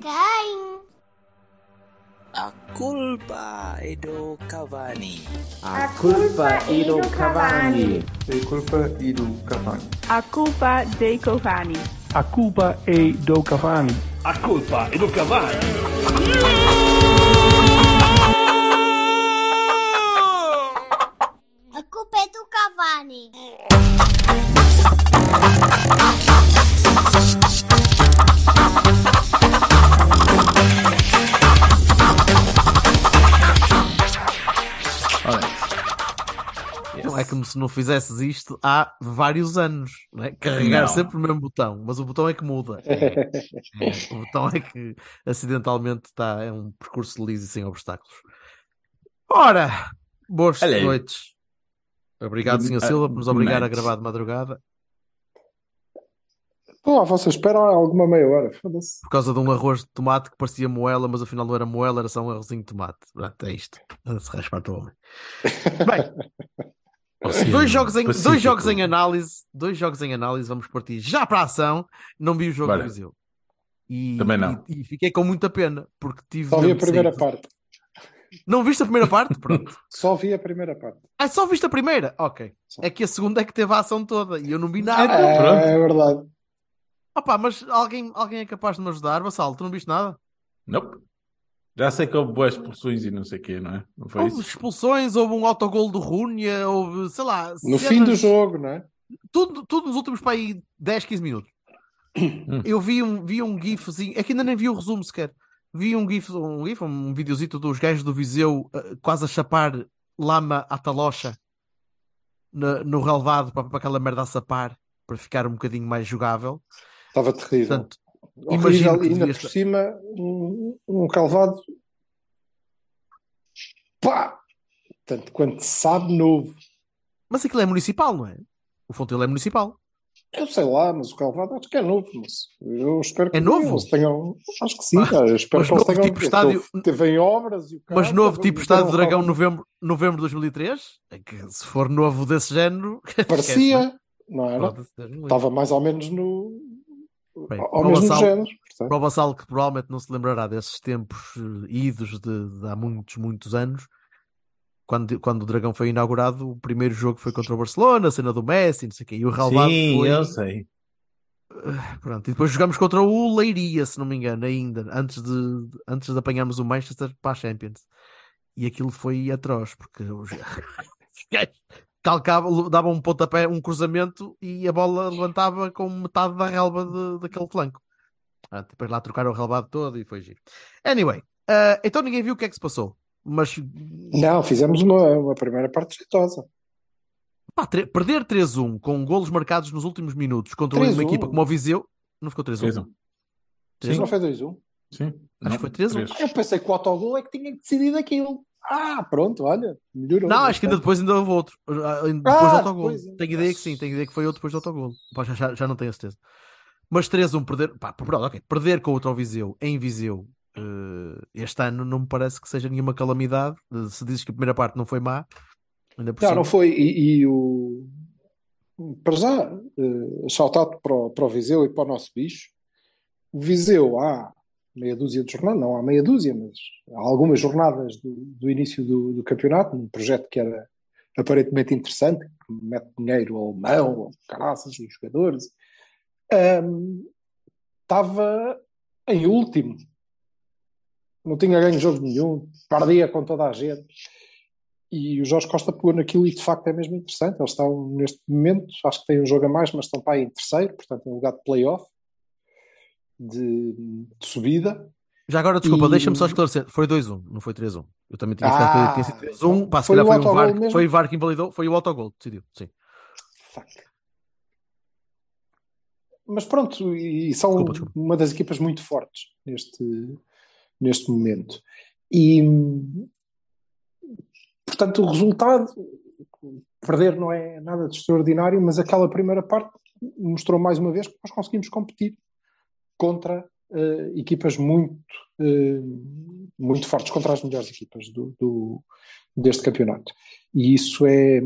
Quem? A culpa è do Cavani. A culpa è do Cavani. A culpa è do Cavani. A culpa dei Cavani. A culpa è do Cavani. A culpa è do Cavani. A culpa é do Cavani. Não é como se não fizesses isto há vários anos, não é? Carregar sempre o mesmo botão, mas o botão é que muda. O botão é que acidentalmente é um percurso liso e sem obstáculos. Ora, boas noites. Obrigado, Sr. Silva, por nos obrigar a gravar de madrugada. Estou à vossa espera há alguma meia hora, foda-se. Por causa de um arroz de tomate que parecia moela, mas afinal não era moela, era só um arrozinho de tomate. Pronto, é isto. Se raspa o homem. Bem, dois jogos em análise, vamos partir já para a ação. Não vi o jogo do Viseu. Também não. E fiquei com muita pena, porque tive... Só vi a primeira parte. Não viste a primeira parte? Pronto. Só vi a primeira parte. Ah, só viste a primeira? Ok. Só. É que a segunda é que teve a ação toda e eu não vi nada. É verdade. Opa, mas alguém é capaz de me ajudar? Vassalo, tu não viste nada? Nope. Já sei que houve boas expulsões e não sei o quê, não é? Não foi houve isso? Expulsões, houve um autogol do Rúnia, houve, sei lá... No fim do jogo, não é? Tudo nos últimos para aí 10, 15 minutos. Eu vi um gifzinho, é que ainda nem vi o resumo sequer. Vi um videozito dos gajos do Viseu quase a chapar lama à talocha no relevado para aquela merda a sapar, para ficar um bocadinho mais jogável. Estava terrível. Portanto, horrível, imagino que ainda por cima um calvado pá! Tanto quanto se sabe, novo. Mas aquilo é municipal, não é? O Fontelo é municipal. Eu sei lá, mas o calvado acho que é novo, mas eu espero que é novo? Eles tenham... Acho que sim, eu espero que eles tenham tipo estádio... Teve em obras e o mas novo tipo Estádio do Dragão novembro de 2003? É que se for novo desse género... Parecia, não era? Estava mais ou menos ao mesmo género. Para o Vassalo, que provavelmente não se lembrará desses tempos idos de há muitos, muitos anos, quando o Dragão foi inaugurado, o primeiro jogo foi contra o Barcelona, a cena do Messi, não sei o quê, e o relevado foi... eu sei. Pronto, e depois jogámos contra o Leiria, se não me engano, ainda, antes de apanharmos o Manchester para a Champions. E aquilo foi atroz, porque os gajos davam um pontapé, um cruzamento, e a bola levantava com metade da relva daquele flanco. Depois lá trocaram o relevado todo e foi giro. Anyway, então ninguém viu o que é que se passou. Mas... Não, fizemos uma primeira parte jeitosa. Perder 3-1 com golos marcados nos últimos minutos contra uma equipa como o Viseu, não ficou 3-1? 3-1. Não foi 2-1? Sim. Acho que foi 3-1. Eu pensei que o autogol é que tinha decidido aquilo. Pronto, olha, melhorou. Não, acho que depois ainda houve outro. Depois do autogol. Tenho ideia que sim, tenho ideia que foi outro depois do autogol. Já não tenho a certeza. Mas 3-1 perder contra o Viseu em Viseu este ano não me parece que seja nenhuma calamidade. Se dizes que a primeira parte não foi má, ainda por cima. Não foi. Para já, shout-out para o Viseu e para o nosso bicho. O Viseu há meia dúzia de jornadas, não há meia dúzia, mas há algumas jornadas do início do campeonato, um projeto que era aparentemente interessante, que mete dinheiro ao mão, ou caraças, os jogadores. Estava em último, não tinha ganho jogo nenhum, perdia com toda a gente, e o Jorge Costa pegou naquilo e de facto é mesmo interessante. Eles estão neste momento, acho que têm um jogo a mais, mas estão para aí em terceiro, portanto em lugar de play-off de subida. Já agora, desculpa, deixa-me só esclarecer, foi 2-1, não foi 3-1. Eu também tinha ficado que tinha sido 3-1, se calhar foi o VAR que invalidou, foi o autogol, decidiu, sim. Fuck. Mas pronto, e são desculpa. Uma das equipas muito fortes neste momento. E portanto o resultado, perder não é nada de extraordinário, mas aquela primeira parte mostrou mais uma vez que nós conseguimos competir contra equipas muito fortes, contra as melhores equipas deste campeonato. E isso é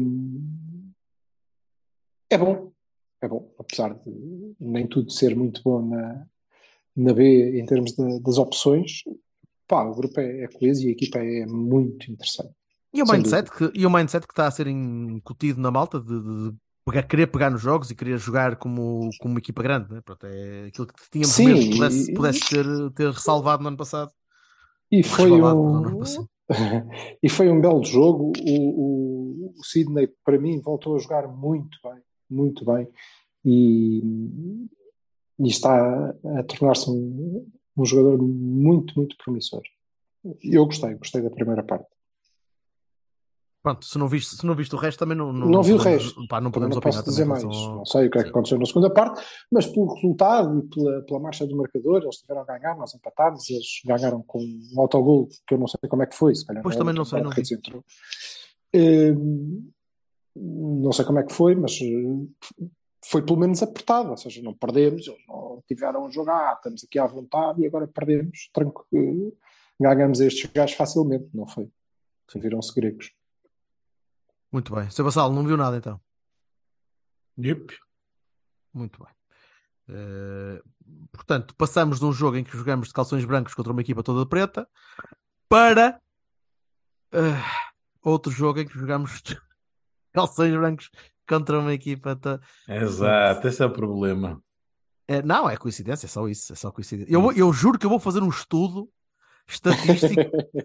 bom, apesar de nem tudo ser muito bom na B em termos das opções, pá, o grupo é coeso e a equipa é muito interessante. E o Sem mindset que está a ser incutido na malta de querer pegar nos jogos e querer jogar como uma equipa grande, né? Pronto, é aquilo que tínhamos Sim, medo que pudesse ter ressalvado no ano passado. E foi Resvalvado no ano passado. e foi um belo jogo. O Sydney, para mim, voltou a jogar muito bem, e está a tornar-se um jogador muito promissor. Eu gostei da primeira parte. Pronto, se não viste o resto, também não vi o resto. Pá, não Também podemos não opinar posso dizer mais. também. Não sei o que é que aconteceu na segunda parte, mas pelo resultado e pela marcha do marcador, eles tiveram a ganhar, nós empatámos, eles ganharam com um autogol que eu não sei como é que foi. Se calhar Pois também não sei, não vi. entrou. Não sei como é que foi, mas foi pelo menos apertado, ou seja, não perdemos, eles não tiveram a jogar, estamos aqui à vontade e agora perdemos, tranquilo, ganhamos estes gajos facilmente, não foi? Viram-se gregos. Muito bem. Sr. Vassalo, não viu nada então? Yep. Muito bem. Portanto, passamos de um jogo em que jogamos de calções brancos contra uma equipa toda preta para outro jogo em que jogamos de calções brancos contra uma equipa. Exato, esse é o problema. Não, é coincidência, é só isso. É só coincidência. Eu juro que eu vou fazer um estudo estatístico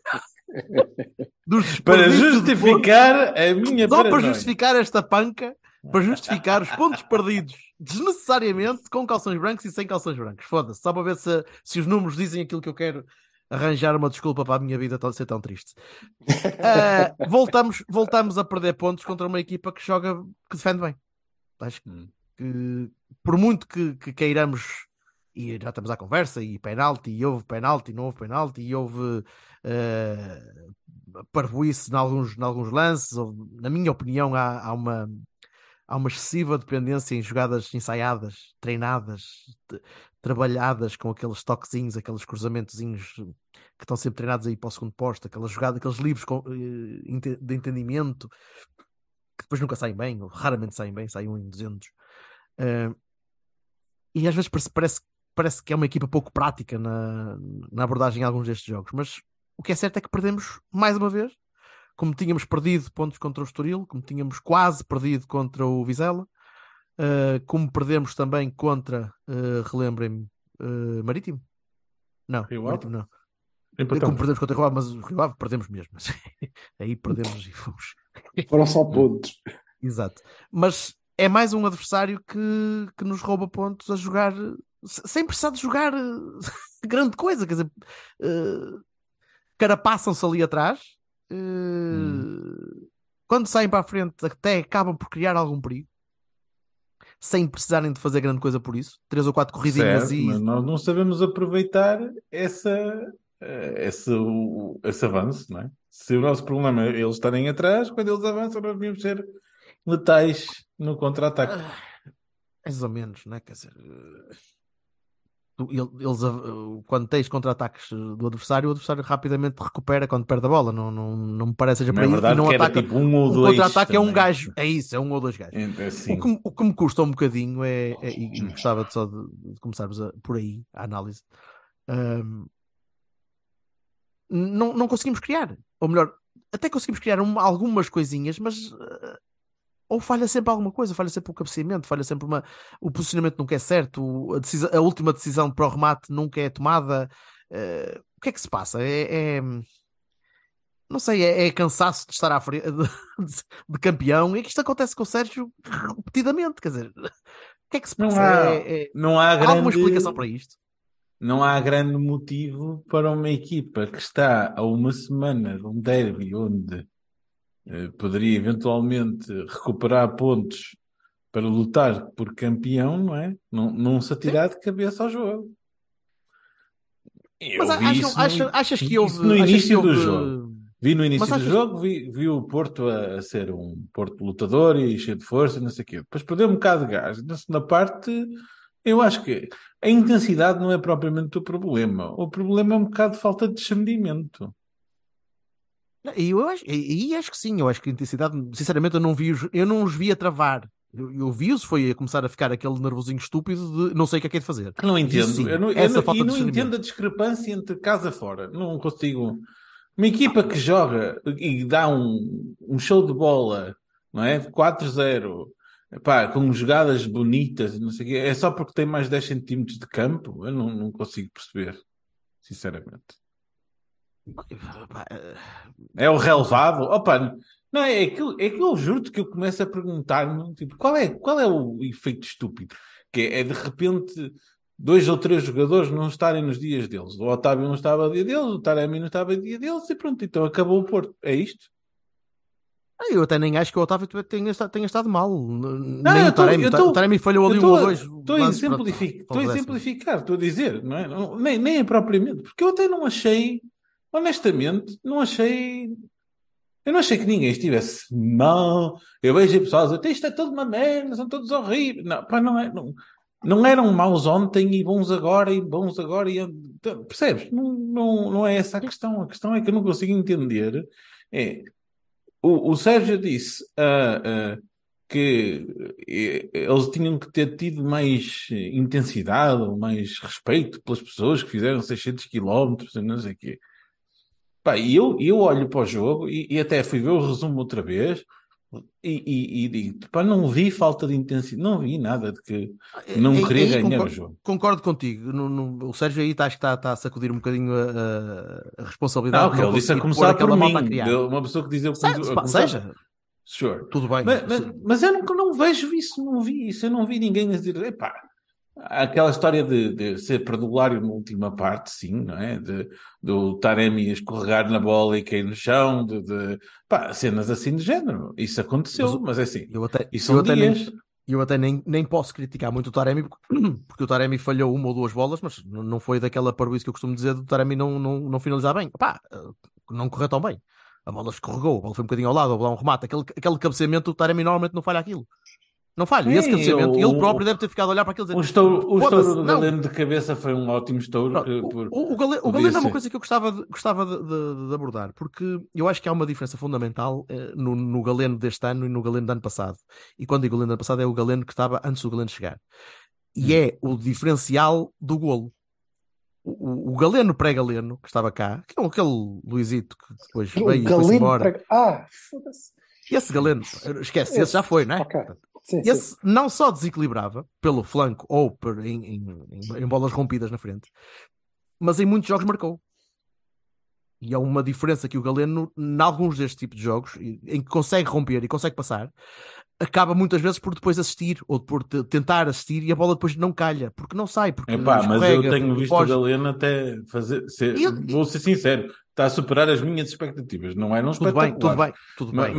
para justificar a minha só para justificar esta panca, para justificar os pontos perdidos desnecessariamente com calções brancos e sem calções brancos. Foda-se, só para ver se os números dizem aquilo que eu quero, arranjar uma desculpa para a minha vida ser tão triste. Voltamos a perder pontos contra uma equipa que defende bem. Acho que por muito que queiramos, e já estamos à conversa, e penalti, e houve penalti, não houve penalti, e houve parvoíce em alguns lances, na minha opinião há uma excessiva dependência em jogadas ensaiadas, treinadas, trabalhadas com aqueles toquezinhos, aqueles cruzamentozinhos que estão sempre treinados aí para o segundo posto, aquelas jogadas, aqueles livros de entendimento que depois nunca saem bem, ou raramente saem bem, saem 1 em 200. E às vezes parece que é uma equipa pouco prática na abordagem em alguns destes jogos, mas o que é certo é que perdemos mais uma vez, como tínhamos perdido pontos contra o Estoril, como tínhamos quase perdido contra o Vizela, como perdemos também contra, relembrem-me, Marítimo? Não, Rio Marítimo não. Empatamos. Como perdemos contra o Rio Ave, mas o Rio Ave perdemos mesmo. Aí perdemos e fomos. Foram só pontos. Exato. Mas é mais um adversário que nos rouba pontos a jogar, sem precisar de jogar grande coisa. Quer dizer, carapaçam-se ali atrás. Quando saem para a frente até acabam por criar algum perigo sem precisarem de fazer grande coisa por isso, 3 ou 4 corridinhas certo, mas nós não sabemos aproveitar esse avanço, não é? Se o nosso problema é eles estarem atrás, quando eles avançam nós devíamos ser letais no contra-ataque. Mais ou menos, não é? Quer dizer, eles, quando tens contra-ataques do adversário, o adversário rapidamente recupera quando perde a bola. Não me parece seja Na para isso. verdade, E não que era ataca. tipo 1 ou 2. Contra-ataque é um também. gajo. É isso, é 1 ou 2 gajos. Assim. O que me custa um bocadinho e gostava só de começarmos por aí a análise. Não conseguimos criar. Ou melhor, até conseguimos criar algumas coisinhas, mas ou falha sempre alguma coisa, falha sempre o cabeceamento, falha sempre o posicionamento nunca é certo, a última decisão para o remate nunca é tomada. O que é que se passa? Não sei, é cansaço de estar à frente de campeão. É que isto acontece com o Sérgio repetidamente, quer dizer, o que é que se passa? Há alguma explicação para isto? Não há grande motivo para uma equipa que está a uma semana de um derby onde poderia eventualmente recuperar pontos para lutar por campeão, não é? Não se atirar de cabeça ao jogo. Mas achas que houve no início do jogo? Vi no início Mas do jogo, vi o Porto a ser um Porto lutador e cheio de força, não sei o quê. Depois perdeu um bocado de gás. Na segunda parte, eu acho que a intensidade não é propriamente o problema. O problema é um bocado de falta de discernimento. E acho que sim, eu acho que a intensidade, sinceramente, eu não os vi a travar. Eu vi-os, foi a começar a ficar aquele nervosinho estúpido de não sei o que é de fazer. Não E entendo. sim, Eu falta de não discernimento. entendo a discrepância entre casa e fora. Não consigo. Uma equipa que joga e dá um show de bola, não é? 4-0, pá, com jogadas bonitas, não sei o quê, é só porque tem mais 10 centímetros de campo? Eu não consigo perceber, sinceramente. Pá, É o relevado? Opa, não, é aquilo eu juro-te que eu começo a perguntar-me, tipo, qual é o efeito estúpido? Que é de repente 2 ou 3 jogadores não estarem nos dias deles. O Otávio não estava no dia deles, o Taremi não estava no dia deles e pronto, então acabou o Porto. É isto? eu até nem acho que o Otávio tenha estado mal. Não, Nem eu o Taremi. O Taremi falhou ali um ou dois Estou a lances exemplificar, estou a dizer, não é? Nem é propriamente, porque eu até não achei, honestamente, eu não achei que ninguém estivesse mal. Eu vejo pessoas a dizer, isto é tudo uma merda, são todos horríveis. Não, pá, não eram maus ontem e bons agora, então, percebes? Não é essa a questão. A questão é que eu não consigo entender. O Sérgio disse que eles tinham que ter tido mais intensidade ou mais respeito pelas pessoas que fizeram 600 quilómetros e não sei o quê. Pá, e eu olho para o jogo e até fui ver o resumo outra vez e digo, pá, não vi falta de intensidade, não vi nada de que não queria ganhar o jogo. Concordo contigo. O Sérgio aí acho que está a sacudir um bocadinho a responsabilidade. Não, que ele disse a começar por mim. Uma pessoa que dizia seja. Sure. Tudo bem. Mas eu não vejo isso, não vi isso. Eu não vi ninguém a dizer, epá, aquela história de ser perdulário na última parte, sim, não é? Do Taremi escorregar na bola e cair no chão, pá, cenas assim de género. Isso aconteceu, mas é assim. Eu até nem posso criticar muito o Taremi, porque o Taremi falhou 1 ou 2 bolas, mas não foi daquela parvoíce que eu costumo dizer do Taremi não finalizar bem. Pá, não correu tão bem. A bola escorregou, a bola foi um bocadinho ao lado, a bola um remate. Aquele cabeceamento, o Taremi normalmente não falha aquilo. Não falha. E esse cabeceamento, ele próprio deve ter ficado a olhar para aquilo e dizer... O estouro do Galeno de cabeça foi um ótimo estouro. O Galeno é uma coisa que eu gostava de abordar, porque eu acho que há uma diferença fundamental no Galeno deste ano e no Galeno do ano passado. E quando digo Galeno do ano passado é o Galeno que estava antes do Galeno chegar. E é o diferencial do golo. O Galeno pré-Galeno, que estava cá, que é aquele Luizito que depois veio e foi-se embora. Foda-se. Esse Galeno, esquece, esse já foi, não é? Okay. Sim, esse não só desequilibrava pelo flanco ou em bolas rompidas na frente, mas em muitos jogos marcou. E há uma diferença que o Galeno, em alguns destes tipos de jogos, em que consegue romper e consegue passar, acaba muitas vezes por depois assistir, ou por tentar assistir, e a bola depois não calha, porque não sai. Porque mas eu tenho visto o Galeno até fazer... Vou ser sincero, está a superar as minhas expectativas. Não eram espetaculares. Tudo bem.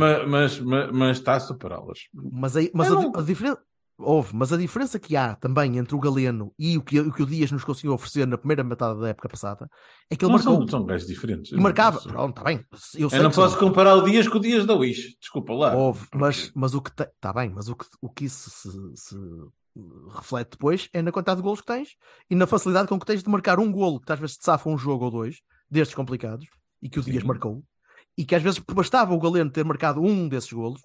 Mas está a superá-las. Mas a diferença... Mas a diferença que há também entre o Galeno e o que o Dias nos conseguiu oferecer na primeira metade da época passada é que ele marcou. São gajos diferentes. E marcava. Pronto, está bem. Eu não posso comparar o Dias com o Dias da Wish. Desculpa lá. Mas o que está bem, mas o que isso se reflete depois é na quantidade de golos que tens e na facilidade com que tens de marcar um golo que às vezes te safa um jogo ou dois destes complicados e que o Dias marcou. E que às vezes bastava o Galeno ter marcado um desses golos.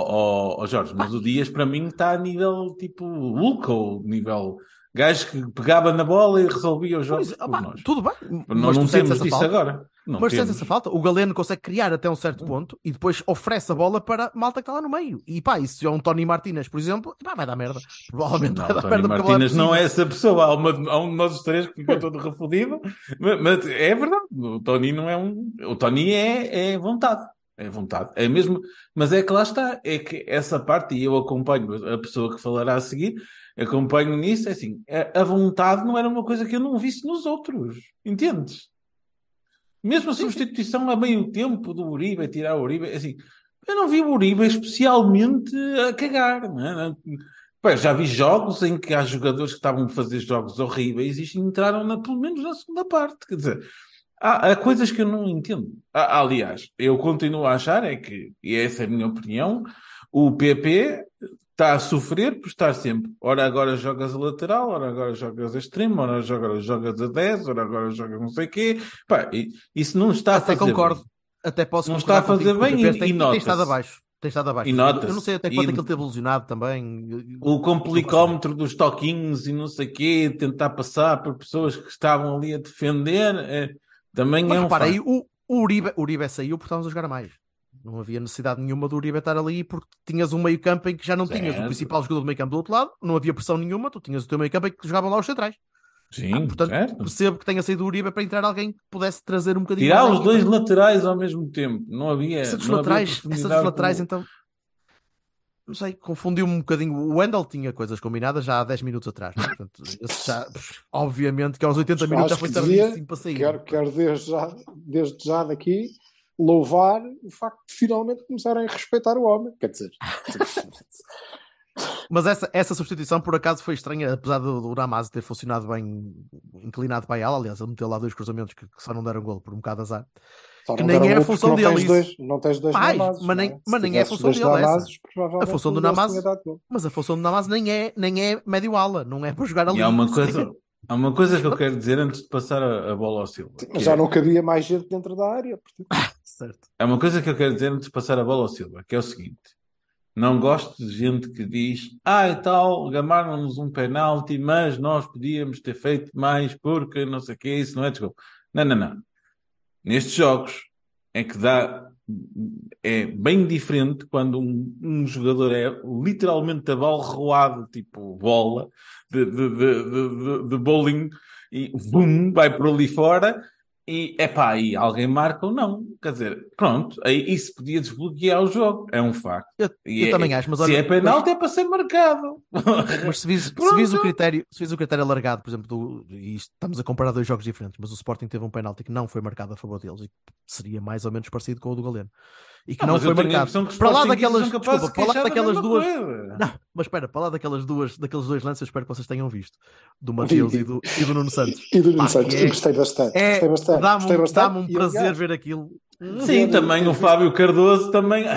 Jorge, mas o Dias para mim está a nível tipo Hulk, ou nível gajo que pegava na bola e resolvia os jogos por nós. Tudo bem. Mas não temos disso agora. Mas tens essa falta. O Galeno consegue criar até um certo ponto e depois oferece a bola para a malta que está lá no meio. E pá, e se é um Tony Martínez, por exemplo, vai dar merda. Provavelmente vai dar merda. Tony Martínez não é essa pessoa. Há um de nós três que ficou todo refudido. Mas é verdade. O Tony não é um... O Tony é vontade. É vontade. É mesmo... Mas é que lá está. É que essa parte, e eu acompanho a pessoa que falará a seguir, acompanho nisso, é assim, a vontade não era uma coisa que eu não visse nos outros. Entendes? Mesmo a substituição a meio tempo do Uribe, a tirar o Uribe, assim, eu não vi o Uribe especialmente a cagar, não é? Pá, já vi jogos em que há jogadores que estavam a fazer jogos horríveis e entraram pelo menos na segunda parte, quer dizer, há coisas que eu não entendo. Aliás, eu continuo a achar, e essa é a minha opinião, o PP está a sofrer por estar sempre, ora agora jogas a lateral, ora agora jogas a extremo, ora agora jogas a 10, ora agora jogas não sei o quê. Pá, isso não está a fazer concordo. bem. Até posso não está a fazer bem e tem estado abaixo. Tem estado abaixo. E nota-se. Eu não sei até quanto é que E- ele teve lesionado também. O complicómetro dos toquinhos e não sei o quê, tentar passar por pessoas que estavam ali a defender, também Mas é um repara, aí facto. o Uribe saiu porque estávamos a jogar mais. Não havia necessidade nenhuma do Uribe estar ali porque tinhas um meio campo em que já não tinhas o Certo. principal jogador do meio campo do outro lado, não havia pressão nenhuma, tu tinhas o teu meio campo em que jogavam lá os centrais. Sim, Portanto, certo. percebo que tenha saído o Uribe para entrar alguém que pudesse trazer um bocadinho Tirar mais à os dois equipa. laterais ao mesmo tempo. Não havia, Essa dos não havia laterais, profundidade. então, não sei, confundiu-me um bocadinho. O Wendel tinha coisas combinadas já há 10 minutos atrás, não é? Portanto, esse já, obviamente que aos 80 minutos já Acho foi que tardíssimo para sair. quero desde já daqui louvar o facto de finalmente começarem a respeitar o homem. Quer dizer, Mas essa substituição por acaso foi estranha, apesar do Ramaz ter funcionado bem inclinado para a ala. Aliás, ele meteu lá 2 cruzamentos que só não deram golo por um bocado de azar. só Que não nem deram é a gol porque função dele isso. não tens dois Mais, Namazes, mas nem, não é? mas Se nem é a tivesses função dois dele essa. Namazes, A provavelmente função do o Deus Namaz, tinha dado gol. mas a função do Namaz nem é médio ala, não é para jogar ali. E há uma coisa que eu quero dizer antes de passar a bola ao Silva. Mas que já é- não cabia mais gente dentro da área. Portanto, Certo. É uma coisa que eu quero dizer antes de passar a bola ao Silva, que é o seguinte. Não gosto de gente que diz e tal, gamaram-nos um penalti, mas nós podíamos ter feito mais porque não sei o que, isso não é desculpa. Não. Nestes jogos é que é bem diferente quando um jogador é literalmente abalroado, tipo bola, de bowling, e vum, vai por ali fora, e aí alguém marca ou não. Quer dizer, pronto, aí isso podia desbloquear o jogo, é um facto. Eu também acho, mas Se olha, é penalti é para ser marcado. mas se vis Pronto. o critério alargado, por exemplo, e estamos a comparar 2 jogos diferentes, mas o Sporting teve um penalti que não foi marcado a favor deles e que seria mais ou menos parecido com o do Galeno. E que não Mas foi eu tenho a marcado. impressão que os Para lá sportinguistas daquelas, são capazes desculpa, para lá de queixar da daquelas mesma duas. coisa. Não, mas espera, para lá daqueles dois lances, eu espero que vocês tenham visto. Do Mateus e do Nuno Santos. E do Nuno Pá, Santos, que gostei bastante. dá-me Dá-me um prazer ver aquilo. Sim, também o Fábio Cardoso também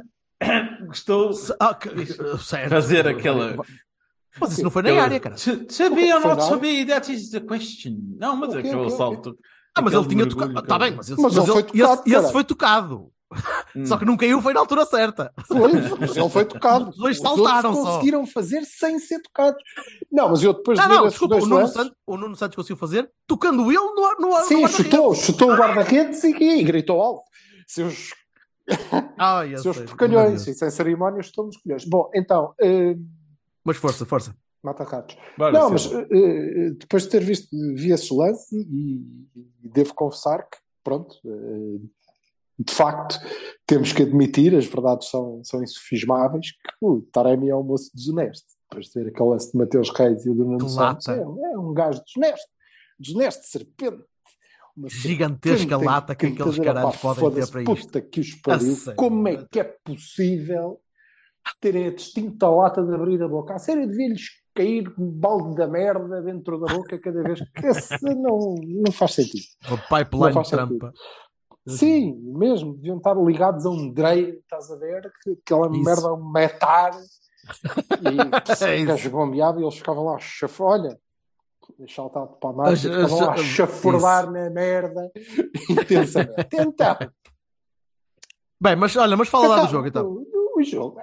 gostou Certo. fazer aquela. Mas isso não foi na área, cara. To be or Foi not na to área? be, that is the question. Não, mas Ok, aquele ok. salto. Mas aquele ele tinha mergulho tocado. que Está ele- bem, mas Mas ele foi tocado, esse caralho. foi tocado. Só que não caiu, foi na altura certa. Mas ele foi tocado. Os dois Os saltaram outros só. conseguiram fazer sem ser tocados. Não, mas eu depois de ver Não, esses desculpa, dois lances... o Nuno Santos conseguiu fazer, tocando ele no Sim, guarda-redes. chutou o guarda-redes e gritou alto. Seus Ai, eu seus sei. porcalhões. E sem cerimónias, estamos colhões. Bom, então... Mas força. mata-ratos. Bora, Não, mas Silva. depois de ter vi esse lance e devo confessar que, pronto, de facto, temos que admitir, as verdades são insofismáveis, que o Taremi é um moço desonesto. Depois de ver aquele lance de Mateus Reis e o do Nuno Que Santos, lata. é um gajo desonesto, serpente. Uma Gigantesca serpente lata que aqueles encantadora. caralhos Pá, podem ter foda-se, para isto. puta que os pariu. A sério. Como é que é possível terem a distinta lata de abrir a boca? A sério, devia-lhes cair um balde da merda dentro da boca cada vez que esse não faz sentido. Uma Não pipeline faz de trampa. Sim, mesmo, deviam estar ligados a um Drey, estás a ver? Aquela Isso. merda, um metar, É e o isso. gajo bombeava e eles ficavam lá, olha, saltado para a marca, As- ficavam lá a as- chafurdar na merda intensamente. Então, Bem, mas olha, mas fala lá do jogo então. O jogo.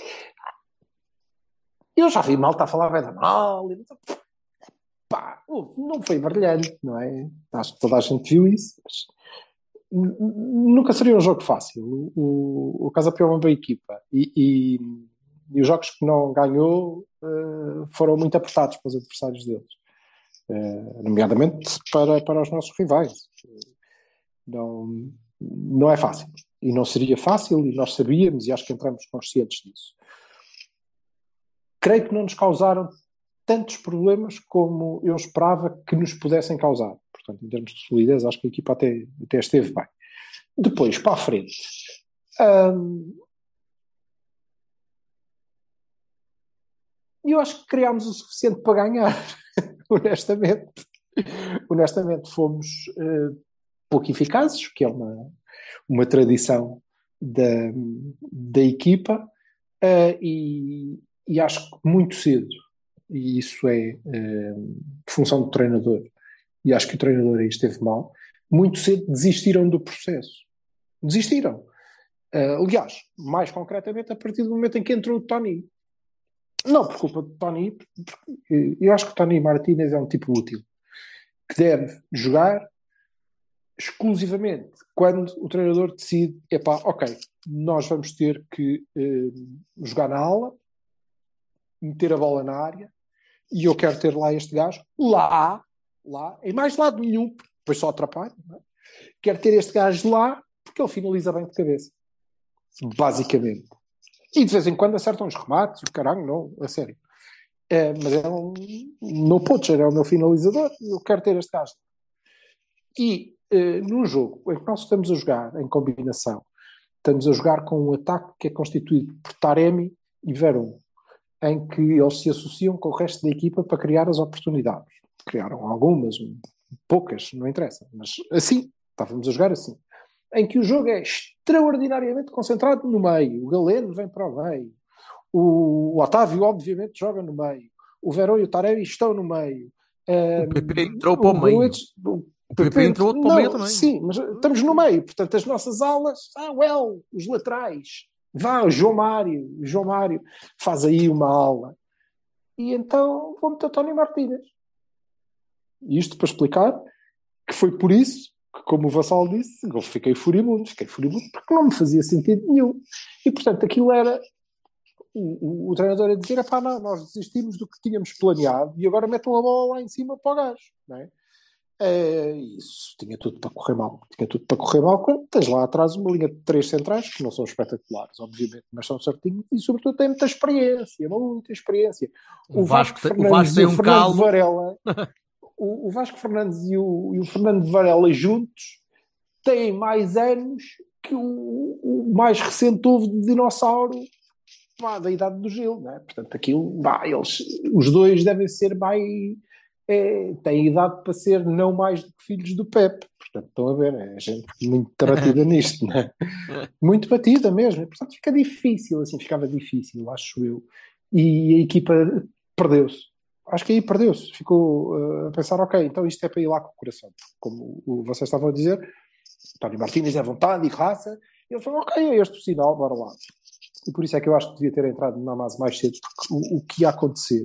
Eu já vi malta a falar bem da mal. Pá, não foi brilhante, não é? Acho que toda a gente viu isso. Mas nunca seria um jogo fácil. O Casa Pia é uma boa equipa. E os jogos que não ganhou foram muito apertados para os adversários deles. Nomeadamente para os nossos rivais. Não é fácil. E não seria fácil, e nós sabíamos, e acho que entramos conscientes disso. Creio que não nos causaram tantos problemas como eu esperava que nos pudessem causar. Portanto, em termos de solidez, acho que a equipa até esteve bem. Depois, para a frente. Eu acho que criámos o suficiente para ganhar, honestamente. Honestamente, fomos pouco eficazes, que é uma tradição da equipa, e acho que muito cedo, e isso é função do treinador, e acho que o treinador aí esteve mal, muito cedo desistiram do processo. Desistiram. Aliás, mais concretamente, a partir do momento em que entrou o Tony. Não por culpa de Tony, porque eu acho que o Tony Martínez é um tipo útil, que deve jogar exclusivamente quando o treinador decide, ok, nós vamos ter que jogar na ala, meter a bola na área, e eu quero ter lá este gajo, lá, em mais lado nenhum, porque depois só atrapalha, não é? Quero ter este gajo lá, porque ele finaliza bem de cabeça. Basicamente. E de vez em quando acertam uns remates, o caralho, não, a sério. Mas é o meu poacher, é o meu finalizador, eu quero ter este gajo. E num jogo em que nós estamos a jogar em combinação, estamos a jogar com um ataque que é constituído por Taremi e Verón, em que eles se associam com o resto da equipa para criar as oportunidades. Criaram algumas, poucas, não interessa, mas assim, estávamos a jogar assim. Em que o jogo é extraordinariamente concentrado no meio. O Galeno vem para o meio. O Otávio, obviamente, joga no meio. O Verón e o Taremi estão no meio. O PP entrou para o meio. O PP entrou para o meio também. Sim, mas estamos no meio. Portanto, as nossas alas, os laterais. O João Mário faz aí uma aula. E então vou meter o Tony Martínez. Isto para explicar que foi por isso que, como o Vassal disse, eu fiquei furibundo porque não me fazia sentido nenhum. E, portanto, aquilo era o treinador a dizer, não, nós desistimos do que tínhamos planeado e agora metam a bola lá em cima para o gajo, não é? Isso tinha tudo para correr mal. Quando tens lá atrás uma linha de 3 centrais, que não são espetaculares, obviamente, mas são certinhos e, sobretudo, têm muita experiência. O Vasco Fernandes tem e o Fernando Varela... O Vasco Fernandes e o Fernando Varela juntos têm mais anos que o mais recente ovo de dinossauro da idade do gelo, não é? Portanto, aquilo, os dois devem ser mais... têm idade para ser não mais do que filhos do Pepe. Portanto, estão a ver, é gente muito batida nisto, não é? Muito batida mesmo. Portanto, ficava difícil, acho eu. E a equipa perdeu-se. Acho que aí perdeu-se. Ficou a pensar, ok, então isto é para ir lá com o coração. Como vocês estavam a dizer, Tony Martínez é vontade e raça. E eles falaram, ok, é este o sinal, bora lá. E por isso é que eu acho que devia ter entrado na Namaz mais cedo, porque o que ia acontecer,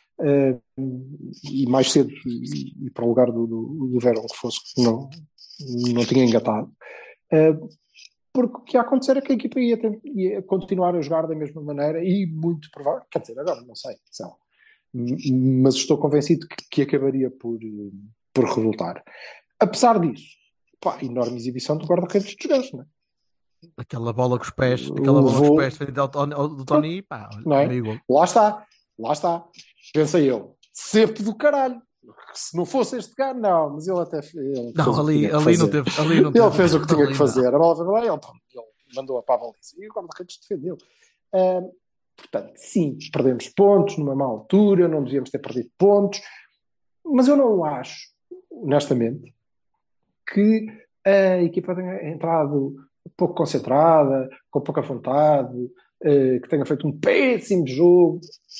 e mais cedo, e para o lugar do Verón, que fosse, não tinha engatado. Porque o que ia acontecer é que a equipa ia continuar a jogar da mesma maneira e muito provável, quer dizer, agora não sei, mas estou convencido que acabaria por resultar. Apesar disso, enorme exibição do guarda-redes dos gajos, não é? Aquela bola com os pés, frente ao do Tony, não é? Amigo. Lá está. Pensa ele, sempre do caralho. Se não fosse este cara, não, mas ele até ele não, ali não teve. Ele fez o que tinha que fazer. A bola foi lá, ele mandou-a para a baliza. E o guarda-redes defendeu. Portanto, sim, perdemos pontos numa má altura, não devíamos ter perdido pontos, mas eu não acho, honestamente, que a equipa tenha entrado pouco concentrada, com pouca vontade, que tenha feito um péssimo jogo.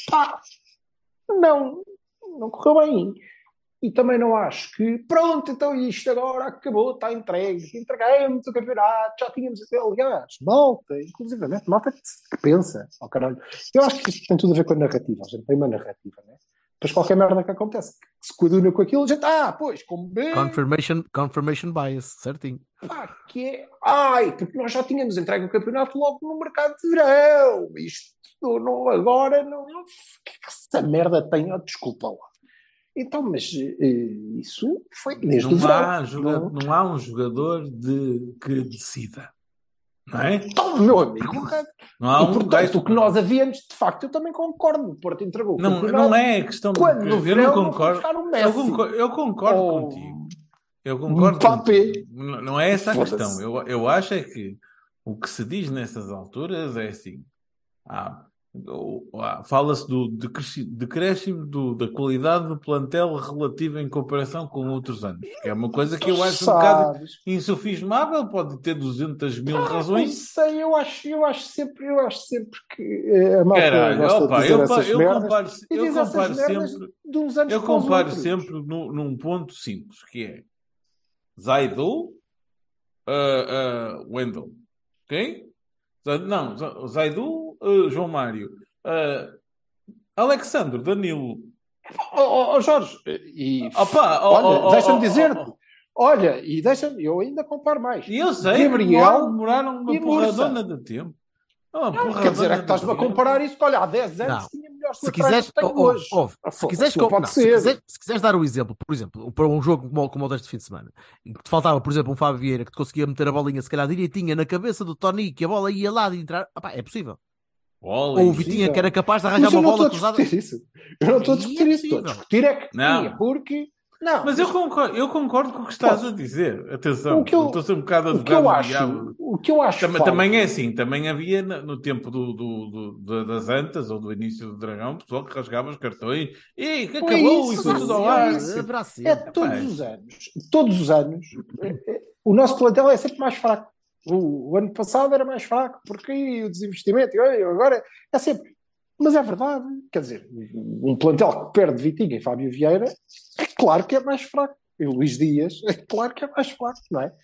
Não correu bem. E também não acho que, pronto, então isto agora acabou, está entregue, entregamos o campeonato, já tínhamos até, aliás, inclusivamente, malta que pensa, caralho. Eu acho que isto tem tudo a ver com a narrativa, a gente tem uma narrativa, né? Depois qualquer merda que acontece, que se coaduna com aquilo, a gente, pois, como bem... Confirmation bias, certinho. Porque nós já tínhamos entregue o campeonato logo no mercado de verão, isto não, agora, não, que essa merda tem, desculpa lá. Então, mas isso foi desde o verão. Não há um jogador que decida, não é? Então, meu amigo, não há portanto, o que nós havíamos, de facto, eu também concordo. O Porto entregou. Não é questão de... Eu não concordo. Eu concordo contigo. Eu concordo contigo. Não é essa a questão. Eu acho é que o que se diz nessas alturas é assim... fala-se do decréscimo da qualidade do plantel relativo em comparação com outros anos, que é uma coisa que eu acho um bocado insufismável. Pode ter 200 mil razões. Não sei, eu acho sempre que a malta gosta de dizer essas merdas. Eu comparo sempre num ponto simples, que é Zaidu, Wendel, ok? Não, Zaidu, João Mário, Alexandre, Danilo. Jorge, e Opa, olha, deixa-me dizer-te. Olha, e eu ainda comparo mais. E eu sei, Gabriel demoraram uma e porradona de tempo. Não, quer dizer, é que estás-me a comparar isso, que olha, há 10 anos Não. tinha melhor Se quiseres, que tenho hoje. Se quiseres dar o exemplo, por exemplo, para um jogo como o deste fim de semana, em que te faltava, por exemplo, um Fábio Vieira que te conseguia meter a bolinha, se calhar direitinha na cabeça do Tony, que a bola ia lá de entrar, é possível. Ou o Vitinha, que era capaz de arranjar uma bola cruzada. Eu não estou a discutir isso. Estou a discutir é que tinha, porque... Não, mas eu concordo com o que estás a dizer. Atenção, estou a ser um bocado advogado do diabo. O que eu acho também é assim, também havia no tempo das Antas ou do início do Dragão, pessoal que rasgava os cartões e que acabou e foi tudo ao ar. É todos os anos. O nosso plantel é sempre mais fraco. O ano passado era mais fraco, porque o desinvestimento, agora é sempre. Mas é verdade, quer dizer, um plantel que perde Vitinha e Fábio Vieira, é claro que é mais fraco. E Luís Dias, é claro que é mais fraco, não é?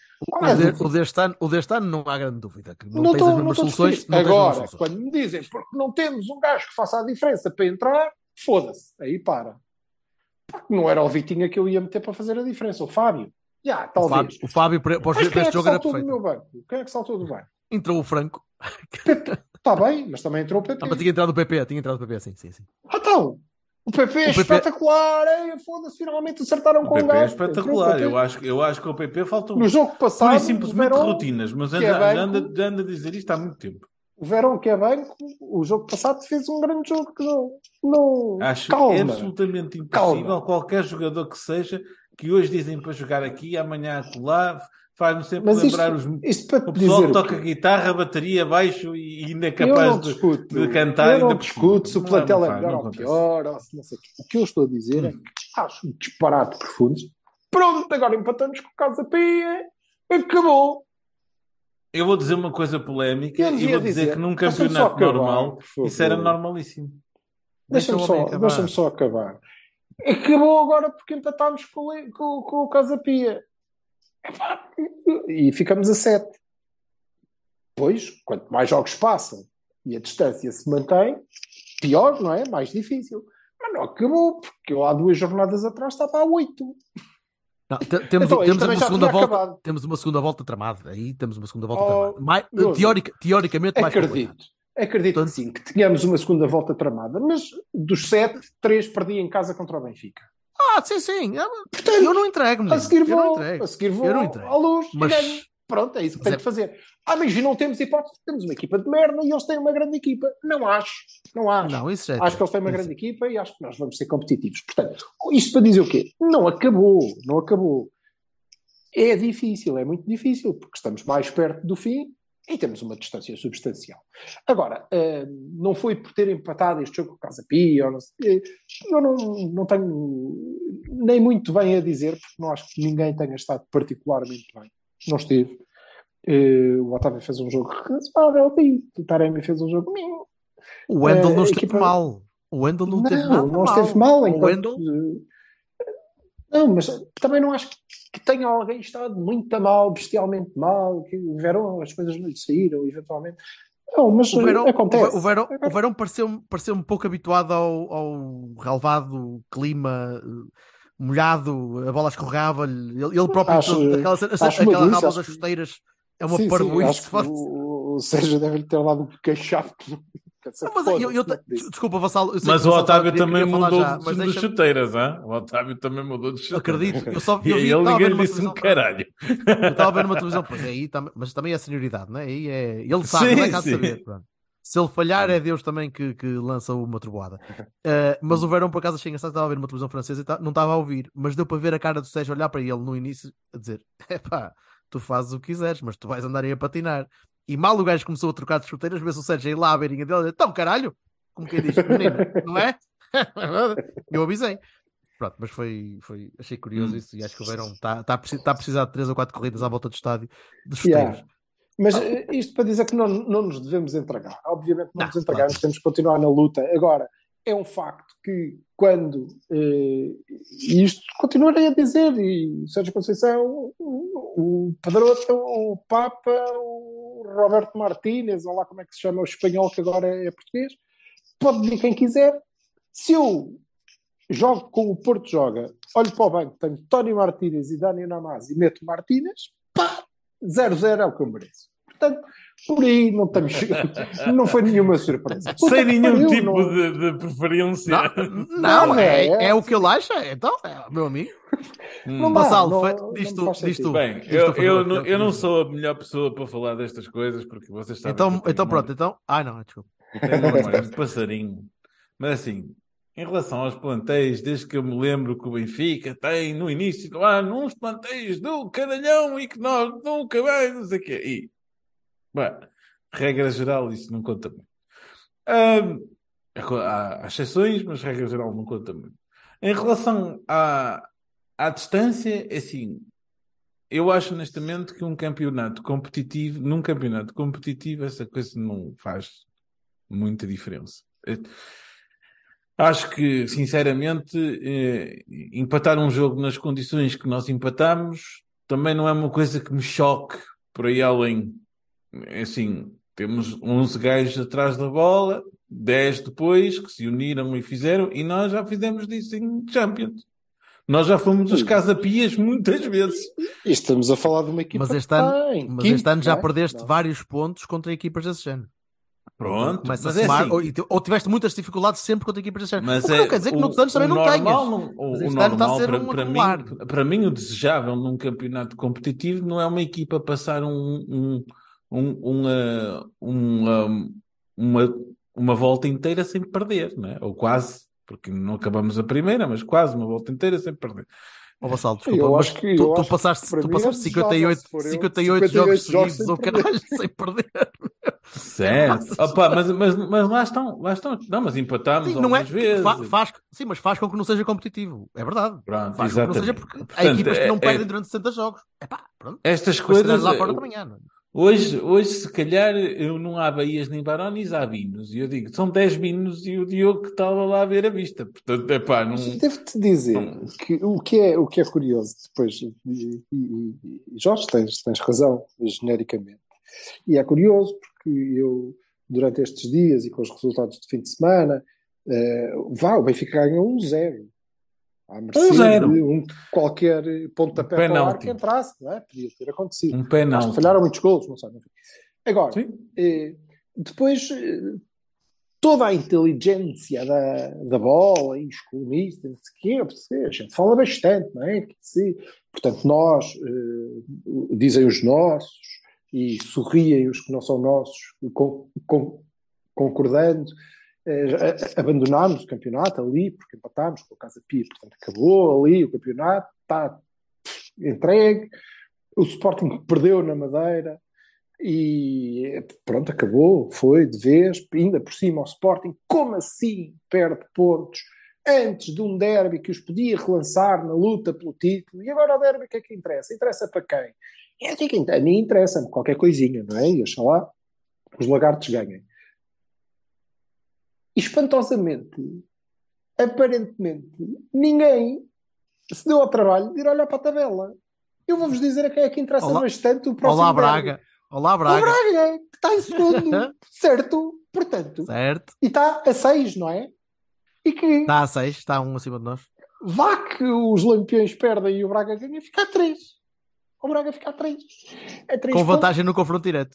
O deste ano não há grande dúvida. Que não tens as mesmas soluções. Agora, quando me dizem porque não temos um gajo que faça a diferença para entrar, foda-se, aí para. Porque não era o Vitinha que eu ia meter para fazer a diferença, o Fábio. Talvez. O Fábio para este jogo era perfeito. Do meu banco? Quem é que saltou do banco? Entrou o Franco. Está bem, mas também entrou o PP. Mas tinha entrado o PP, sim. Então, o PP é espetacular. Foda-se, finalmente acertaram com o PP é gajo. espetacular. Eu acho que o PP faltam no jogo passado, e simplesmente rotinas, mas anda a dizer isto há muito tempo. O Verão, que é banco, o jogo passado fez um grande jogo que não... Acho absolutamente impossível qualquer jogador que seja, que hoje dizem para jogar aqui, amanhã acolá, faz-me sempre lembrar o pessoal que toca guitarra, bateria, baixo e ainda é capaz de cantar. Eu não discuto se o plantel é melhor ou pior, ou se não sei o quê. O que eu estou a dizer é que acho um disparate profundo. Pronto, agora empatamos com o Casa Pia, acabou. Eu vou dizer uma coisa polémica e vou dizer que num campeonato normal isso era normalíssimo. Deixa-me só acabar. Acabou agora porque empatámos com o Casa Pia. E ficamos a 7. Pois, quanto mais jogos passam e a distância se mantém, pior, não é? Mais difícil. Mas não acabou, porque eu há 2 jornadas atrás estava a 8. Não, temos uma segunda volta tramada. Aí temos uma segunda volta tramada. Teoricamente mais complicado. Acredito que sim, que tínhamos uma segunda volta tramada, mas dos 7, 3 perdi em casa contra o Benfica. Sim. Portanto, eu não entrego, a seguir vou à luz, mas... Pronto, é isso que tenho que fazer. Mas não temos hipótese, temos uma equipa de merda e eles têm uma grande equipa. Não acho. Não, isso acho que eles têm uma grande equipa e acho que nós vamos ser competitivos. Portanto, isto para dizer o quê? Não acabou. É difícil, é muito difícil, porque estamos mais perto do fim e temos uma distância substancial. Agora, não foi por ter empatado este jogo com o Casa Pia, eu não tenho nem muito bem a dizer, porque não acho que ninguém tenha estado particularmente bem. Não esteve. O Otávio fez um jogo razoável, o Taremi fez um jogo... O Wendel não esteve mal. O Wendel não esteve nada mal. Não esteve mal. O Wendel... Não, mas também não acho que tenha alguém estado muito mal, bestialmente mal, que o Verão, as coisas não lhe saíram, eventualmente. Não, mas acontece. O Verão pareceu um pouco habituado ao relevado clima molhado, a bola escorregava-lhe, ele próprio, aquela raba das chuteiras é uma parvoíce. O Sérgio deve-lhe ter dado um queixafe. Desculpa, Vassalo. Mas o Otávio também mudou de chuteiras, hein? O Otávio também mudou de chuteiras. Acredito. Ele ninguém disse um caralho. Eu estava a ver numa televisão, mas também é senioridade, não é? Ele sabe, não é caso de saber. Pronto. Se ele falhar, é Deus também que lança uma trovoada. Mas o Verão, por acaso, achei engraçado, estava a ver uma televisão francesa e não estava a ouvir, mas deu para ver a cara do Sérgio olhar para ele no início a dizer: tu fazes o que quiseres, mas tu vais andar aí a patinar. E mal o gajo começou a trocar de chuteiras, vê-se o Sérgio aí lá à beirinha dele, então caralho, como quem diz, menino, não é? Eu avisei. Pronto, mas achei curioso isso e acho que o Verão está a precisar de 3 ou 4 corridas à volta do estádio de chuteiras. Mas isto para dizer que não nos devemos entregar. Obviamente não nos entregamos, temos que continuar na luta. Agora, é um facto que quando, e isto continuarei a dizer, e o Sérgio Conceição, o Pedroto, o Papa, o Roberto Martínez, ou lá como é que se chama o espanhol que agora é português, pode vir quem quiser. Se eu jogo como o Porto joga, olho para o banco, tenho Tony Martínez e Dani Namaz e meto Martínez, pá, 0-0 é o que eu mereço. Portanto, por aí não foi nenhuma surpresa. Sem nenhum tipo não... de preferência. Não, é o que ele acha. Então, meu amigo. Vassalo, diz tu. Bem, eu não sou a melhor pessoa para falar destas coisas, porque vocês sabem. Então pronto, então. Não, desculpa. Tenho uma memória de passarinho. Mas assim, em relação aos plantéis, desde que eu me lembro que o Benfica tem no início do ano uns plantéis do caralhão e que nós nunca mais, não sei o quê. E, bem, regra geral, isso não conta muito. Há exceções, mas regra geral não conta muito. Em relação à distância, é assim, eu acho honestamente que num campeonato competitivo, essa coisa não faz muita diferença. Acho que, sinceramente, empatar um jogo nas condições que nós empatamos também não é uma coisa que me choque por aí além. É assim, temos 11 gajos atrás da bola, 10 depois, que se uniram e fizeram, e nós já fizemos disso em Champions. Nós já fomos os casapias muitas vezes. E estamos a falar de uma equipa mas este ano já perdeste vários pontos contra equipas desse género. Pronto, começa a somar, assim, ou tiveste muitas dificuldades sempre contra equipas desse género. Mas não quer dizer que noutros anos também não tenhas. O normal, para mim, o desejável num campeonato competitivo não é uma equipa passar uma volta inteira sem perder, não é? Ou quase, porque não acabamos a primeira, mas quase uma volta inteira sem perder. Vassalo, desculpa, mas tu passaste 58 jogos seguidos ou caralho sem perder. Certo. Opa, mas lá estão. Não, mas empatámos algumas vezes. Mas faz com que não seja competitivo. É verdade. Pronto, faz exatamente. Com que não seja porque há equipas que não perdem durante 60 jogos. Pronto. Estas coisas... lá fora da manhã, não é? Hoje, se calhar, eu não há Bahias nem Barones, há Binos. E eu digo, são 10 Binos e o Diogo que estava lá a ver a vista. Portanto, não... Devo-te dizer que o que é curioso depois, e Jorge, tens razão, genericamente. E é curioso porque eu, durante estes dias e com os resultados de fim de semana, o Benfica ganhou 1-0. À mercê de qualquer pontapé para o ar que entrasse, não é? Podia ter acontecido. Um penalti. Acho que falharam muitos golos, não sei. Agora, depois, toda a inteligência da bola e os colunistas, a gente fala bastante, não é? Portanto, nós, dizem os nossos, e sorriem os que não são nossos, concordando. Abandonámos o campeonato ali porque empatámos com o Casa Pia, portanto acabou ali o campeonato, está entregue. O Sporting perdeu na Madeira e pronto, acabou, foi de vez, ainda por cima o Sporting, como assim perde pontos antes de um derby que os podia relançar na luta pelo título? E agora o derby, o que é que interessa? Interessa para quem? A mim interessa-me qualquer coisinha, não é? E deixa lá, os lagartos ganhem. Espantosamente, aparentemente, ninguém se deu ao trabalho de ir olhar para a tabela. Eu vou-vos dizer a quem é que interessa bastante o próximo Olá, Braga. Olá, Braga, que está em segundo, certo? Portanto, certo. E está a 6, não é? E que está a 6, está um acima de nós. Vá que os Lampiões perdem e o Braga ganha, fica a 3. O Braga fica a 3. Com vantagem no confronto direto.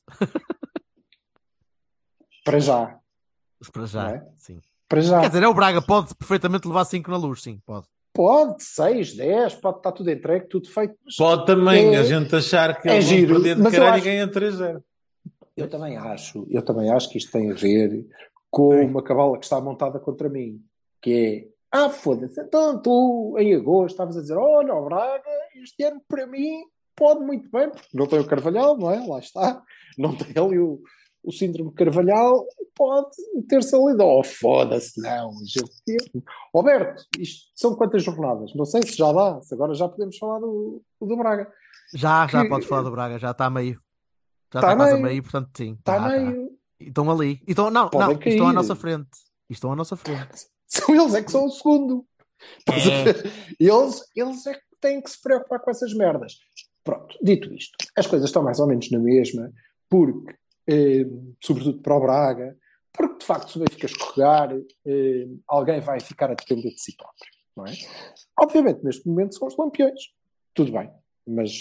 Para já. Para já, é? Sim. Para já. Quer dizer, o Braga pode perfeitamente levar 5 na luz, sim, pode. Pode, 6, 10, pode estar tudo entregue, tudo feito. Pode também a gente achar que eles vão perder de caralho e ganha 3-0. Eu também acho que isto tem a ver com uma cabala que está montada contra mim, que é, foda-se, então tu em agosto estavas a dizer, olha, o Braga, este ano para mim pode muito bem, porque não tem o Carvalhal, não é? Lá está, não tem ali o síndrome de Carvalhal, pode ter-se ali, foda-se, não. Roberto, isto são quantas jornadas? Não sei se já dá, se agora já podemos falar do Braga. Já podes falar do Braga, já está a meio. Já está quase a meio, portanto, sim. Está a meio. Estão ali. Estão à nossa frente. Estão à nossa frente. São eles que são o segundo. Eles é que têm que se preocupar com essas merdas. Pronto, dito isto, as coisas estão mais ou menos na mesma, porque sobretudo para o Braga, porque de facto se o Benfica escorregar, alguém vai ficar a depender de si próprio, não é? Obviamente neste momento são os lampiões, tudo bem, mas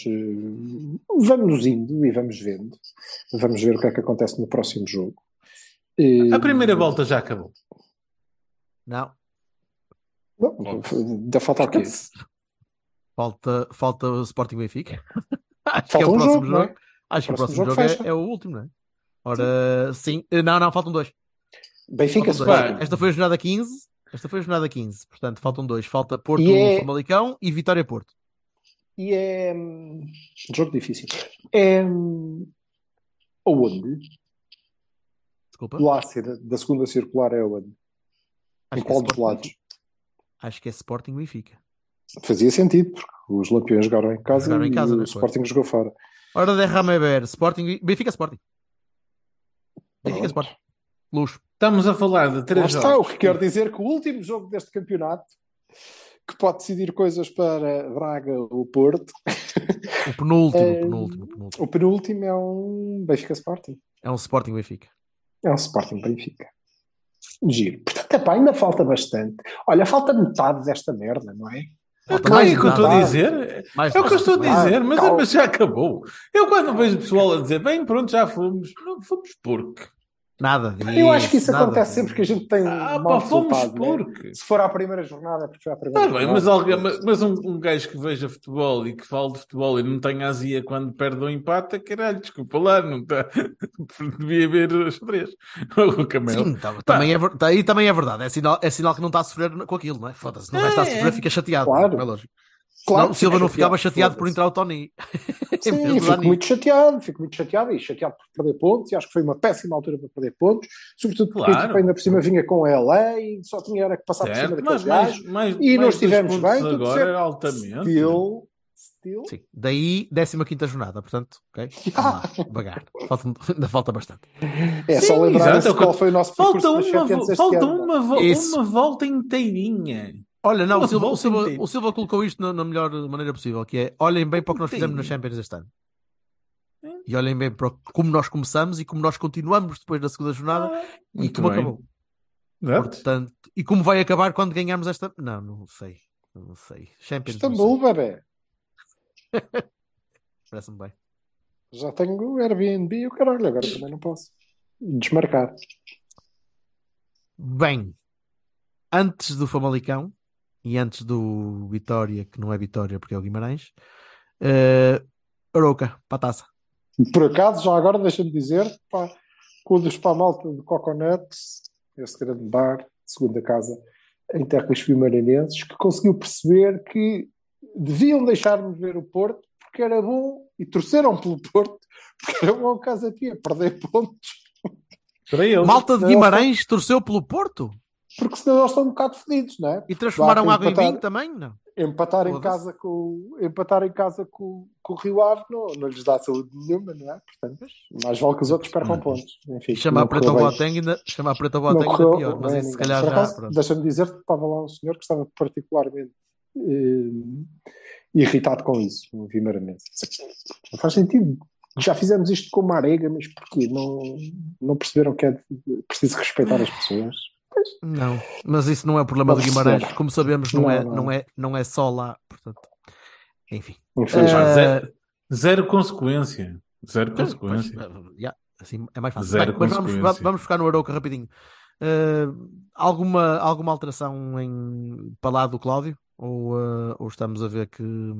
vamos indo e vamos vendo, vamos ver o que é que acontece no próximo jogo. A primeira volta já acabou. Não. Não, ainda falta o quê? Falta o Sporting Benfica. Acho que Falta é o um próximo jogo, não é? jogo. Acho que o O próximo próximo jogo jogo fecha. é o último, não é? Ora, sim. Não, faltam 2. Benfica Faltam 2. Sporting. Esta foi a jornada 15. Portanto, faltam 2. Falta Porto, E Famalicão e Vitória Porto. E é jogo difícil. É onde? Desculpa. O Lácer da segunda circular é onde? Em Acho que é qual dos Sporting. lados? Acho que é Sporting Benfica. Fazia sentido, porque os lampiões jogaram em casa Jogaram em casa, e né? o Sporting jogou fora. Ora, derrama ver. Sporting, Benfica Sporting. Benfica Pronto. Sporting. Luxo. Estamos a falar de Lá 3 está, jogos. o que quer dizer que o último jogo deste campeonato, que pode decidir coisas para Braga ou Porto, O penúltimo. o penúltimo é um Benfica Sporting. É um Sporting Benfica. É um Sporting Benfica. Giro. Portanto, epá, ainda falta bastante. Olha, falta metade desta merda, não é? Falta Não é mais o que eu estou a metade. dizer. Mais É o que eu estou a metade. dizer, mas, calma. mas já acabou. Eu quando vejo pessoal a dizer, bem, pronto, já fomos. Não, fomos porque. Nada disso. Eu acho que isso nada acontece disso. sempre que a gente tem um Ah, mau pá, fomos resultado, né? porque. Se for à primeira jornada, porque foi à primeira Está bem, jornada. mas um gajo que veja futebol e que fale de futebol e não tenha azia quando perde ou empata, caralho, desculpa lá, não está. Devia ver as 3. O Camelo. Sim, aí também é verdade. É sinal que não está a sofrer com aquilo, não é? Foda-se. Não vai estar a sofrer, fica chateado. Claro. Como é lógico. Claro, Senão o Silva fico não ficava chateado por foda-se. entrar o Tony. Em Sim, vez de Dani. fico muito chateado e chateado por perder pontos, e acho que foi uma péssima altura para perder pontos, sobretudo porque a Claro. equipa ainda por cima vinha com a LA e só tinha era que passar por cima Certo, daqueles mas gajos, mais e nós 2 estivemos pontos bem, tudo agora certo. altamente. Still. Sim. Daí, 15ª jornada. Portanto, ok? Vamos lá, devagar. Ainda falta bastante. É Sim, só lembrar exato. qual foi o nosso Falta percurso nas Champions este falta ano. Isso. uma volta inteirinha. Olha, não, Uma o Silva, volta inteira. o Silva colocou isto na melhor maneira possível, que é olhem bem para o que nós fizemos nas Champions este ano. E olhem bem para como nós começamos e como nós continuamos depois da segunda jornada e Muito como bem. acabou. Exato. Portanto, e como vai acabar quando ganharmos esta... Não sei. Champions, não Istambul, sei. bebê. Parece-me bem. Já tenho o Airbnb e o caralho, agora também não posso desmarcar. Bem, antes do Famalicão e antes do Vitória, que não é Vitória porque é o Guimarães, Arouca, para a taça. Por acaso, já agora deixa-me dizer, pá, todos para a malta de Coconuts, esse grande bar, de segunda casa, em terras vimaranenses, que conseguiu perceber que deviam deixar-me ver o Porto porque era bom, e torceram pelo Porto porque era bom o caso aqui, a perder pontos. Para eles. Malta de Guimarães torceu pelo Porto Porque senão eles estão um bocado fodidos, não é? e transformaram Lá água em empatar- vinho também? Não. Empatar em Foda-se. casa com o Rio Ave não lhes dá saúde nenhuma, não é? Portanto, mais vale que os outros percam pontos. Enfim, E chamar não Preta correu bem. Boateng ainda Não é correu pior, mas bem isso se ninguém. calhar Por já. acaso, Pronto. deixa-me dizer que estava lá um senhor que estava particularmente irritado com isso, um vimaranense. Não faz sentido. Já fizemos isto com uma arega, mas porquê? Não perceberam que é preciso respeitar as pessoas? Não, mas isso não é o problema Não do Guimarães. percebo. Como sabemos, Não. não é só lá. Portanto, enfim. Infelizmente. Zero consequência. Zero consequência. Yeah, assim é mais fácil. Zero Bem, mas consequência. vamos ficar no Arouca rapidinho. Alguma alteração para lá do Cláudio? Ou estamos a ver que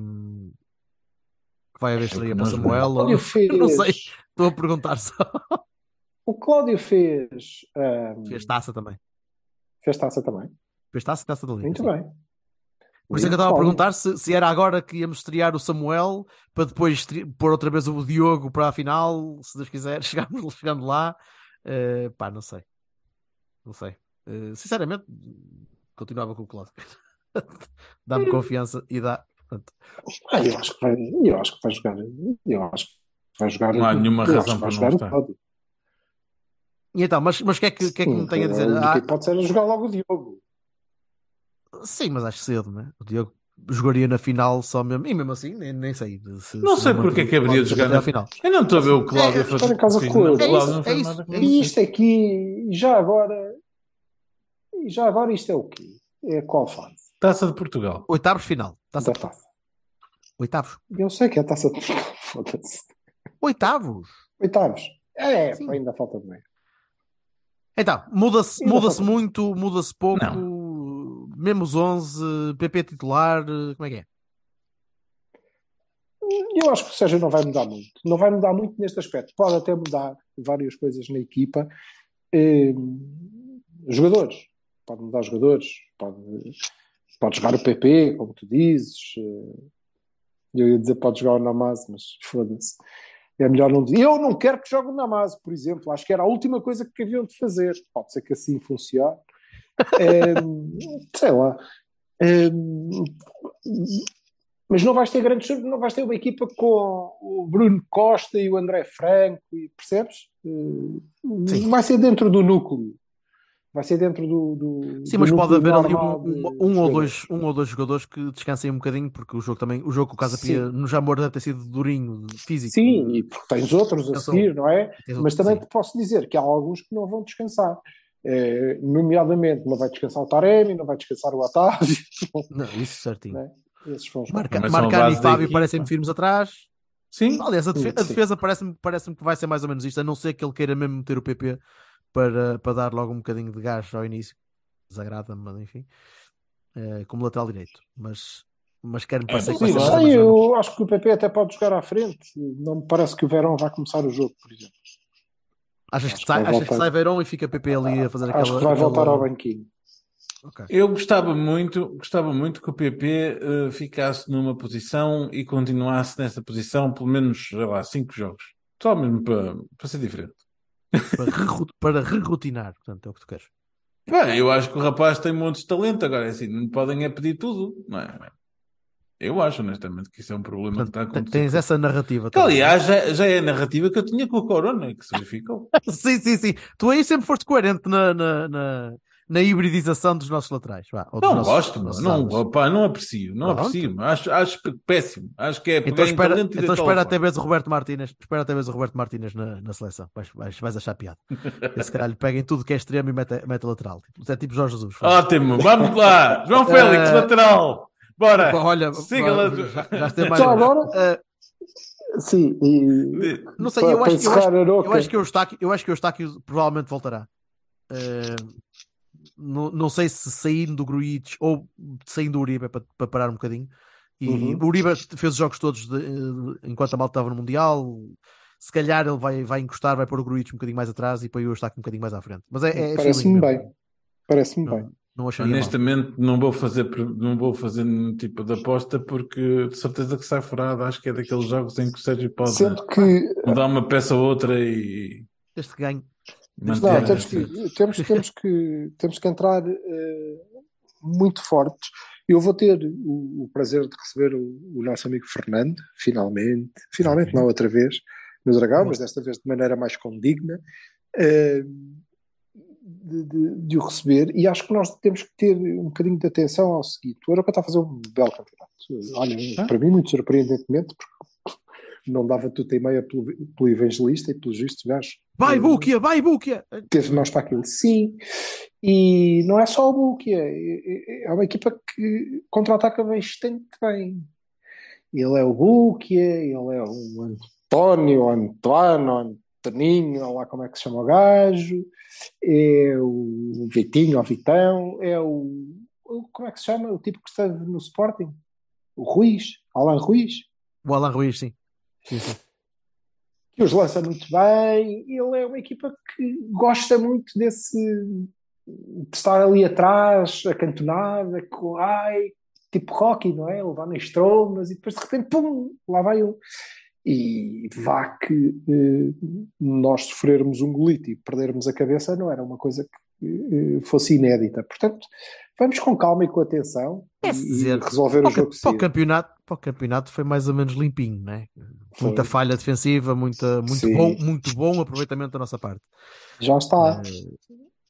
vai haver estreia para nós Samuel? O Cláudio fez, Não sei, estou a perguntar só. o Cláudio fez Fez taça também. fez taça também. Fez taça e taça da Liga. Muito sim. bem. Por isso é que eu estava a perguntar se era agora que íamos estrear o Samuel para depois pôr outra vez o Diogo para a final, se Deus quiser, chegando lá. Pá, não sei. Sinceramente, continuava com o Cláudio. Dá-me confiança e dá. Portanto, Eu acho que vai jogar. Eu acho que vai jogar. Não há nenhuma eu acho razão que vai para jogar não o estar. Cláudio. e então, mas o que é que me tem a dizer? A única hipótese era jogar logo o Diogo. Sim, mas acho cedo, né? O Diogo jogaria na final só mesmo. E mesmo assim, nem sei. Não sei porque é que haveria de jogar na na final. Eu não estou a ver o Cláudio a estar fazer. em casa Sim, com não, ele. o Cláudio não É faz isso, nada com é E isso. isto aqui, já agora isto é o quê? É qual fase Taça de Portugal. Oitavos final. da taça? Oitavos. Eu sei que é a taça de foda-se. Oitavos. Oitavos. Sim. Ainda falta de meio. Então, muda-se Ainda falta muito, muda-se pouco. Não. Mesmo os 11, PP titular, como é que é? Eu acho que o Sérgio não vai mudar muito. Não vai mudar muito neste aspecto. Pode até mudar várias coisas na equipa. Jogadores. Pode mudar jogadores. Pode jogar o PP, como tu dizes. Eu ia dizer pode jogar o Namaz, mas foda-se. É melhor não dizer. Eu não quero que jogue o Namaz, por exemplo. Acho que era a última coisa que haviam de fazer. Pode ser que assim funcione. Sei lá. Mas não vais ter não vais ter uma equipa com o Bruno Costa e o André Franco, e percebes? Sim. Vai ser dentro do núcleo. Vai ser dentro do Sim, mas pode núcleo haver ali normal um ou dois jogadores que descansem um bocadinho, porque o jogo com o Casa Pia no Jamor deve ter sido durinho, físico. Sim, e porque tens outros a seguir, não é? Mas também te posso dizer que há alguns que não vão descansar. Nomeadamente, não vai descansar o Taremi, não vai descansar o Otávio. Não, isso certinho. Não é? Esses vão jogar. Marcano e Fábio parecem firmes atrás. Sim. Aliás, a defesa parece-me que vai ser mais ou menos isto, a não ser que ele queira mesmo meter o PP para dar logo um bocadinho de gás ao início. Desagrada-me, mas enfim. Como lateral direito. Mas quero-me parecer que vai ser eu acho que o PP até pode jogar à frente. Não me parece que o Verón vai começar o jogo, por exemplo. Achas que sai Verón e fica PP ali a fazer aquela... Acho que vai voltar ao banquinho. Okay. Eu gostava muito que o PP ficasse numa posição e continuasse nessa posição pelo menos, sei lá, 5 jogos. Só mesmo para ser diferente. Para re-rotinar, portanto, é o que tu queres. Bem, eu acho que o rapaz tem montes de talento, agora é assim, não podem pedir tudo, não é? Eu acho, honestamente, que isso é um problema, portanto, que está a acontecer. Tens essa narrativa. Que, aliás, já é a narrativa que eu tinha com o Corona, que se verificou. Sim. Tu aí sempre foste coerente na hibridização dos nossos laterais. Não gosto, não aprecio. Acho péssimo. Acho que é então espera até vez o Roberto Martínez. Espera até vez o Roberto Martínez na seleção. Vais achar piada. Esse caralho pega em tudo que é extremo e mete lateral. É tipo Jorge Jesus. Ótimo, vamos lá. João Félix, lateral. Bora. Olha, siga lá. Já tem mais. Já agora. Sim, não sei, eu acho que o Eustáquio provavelmente voltará. Não sei se saindo do Gruitch ou saindo do Uribe para parar um bocadinho. E o Uribe fez os jogos todos enquanto a malta estava no Mundial. Se calhar ele vai encostar, vai pôr o Gruitch um bocadinho mais atrás e põe o Eustáquio um bocadinho mais à frente. Mas parece-me bem. Parece-me bem. Não acharia honestamente mal. não vou fazer nenhum tipo de aposta porque de certeza que sai furado. Acho que é daqueles jogos em que o Sérgio pode mudar uma peça ou outra e este ganho. Não, temos que entrar muito fortes. Eu vou ter o prazer de receber o nosso amigo Fernando, finalmente não outra vez, no Dragão, mas desta vez de maneira mais condigna, de o receber, e acho que nós temos que ter um bocadinho de atenção ao seguinte: o Europa está a fazer um belo campeonato. Olha, para mim, muito surpreendentemente, porque não dava tudo em meia pelo Evangelista e pelos vistos gajos. Vai Búquia! Teve nós para aquilo, sim. E não é só o Búquia, é uma equipa que contra-ataca bastante bem. Ele é o Búquia, ele é o António, o Antoine, o Antoninho, olha lá como é que se chama o gajo, é o Vitinho, o Vitão, é como é que se chama? O tipo que esteve no Sporting? O Ruiz, Alan Ruiz. O Alan Ruiz, sim. Que os lança muito bem. Ele é uma equipa que gosta muito de estar ali atrás, acantonada, tipo Rocky, não é? Levar nas trombas e depois de repente, pum, lá vai um. E vá que nós sofrermos um golito e perdermos a cabeça não era uma coisa que fosse inédita. Portanto, vamos com calma e com atenção e resolver o jogo. Para o campeonato foi mais ou menos limpinho, não é? Muita falha defensiva, muito bom aproveitamento da nossa parte. Já está.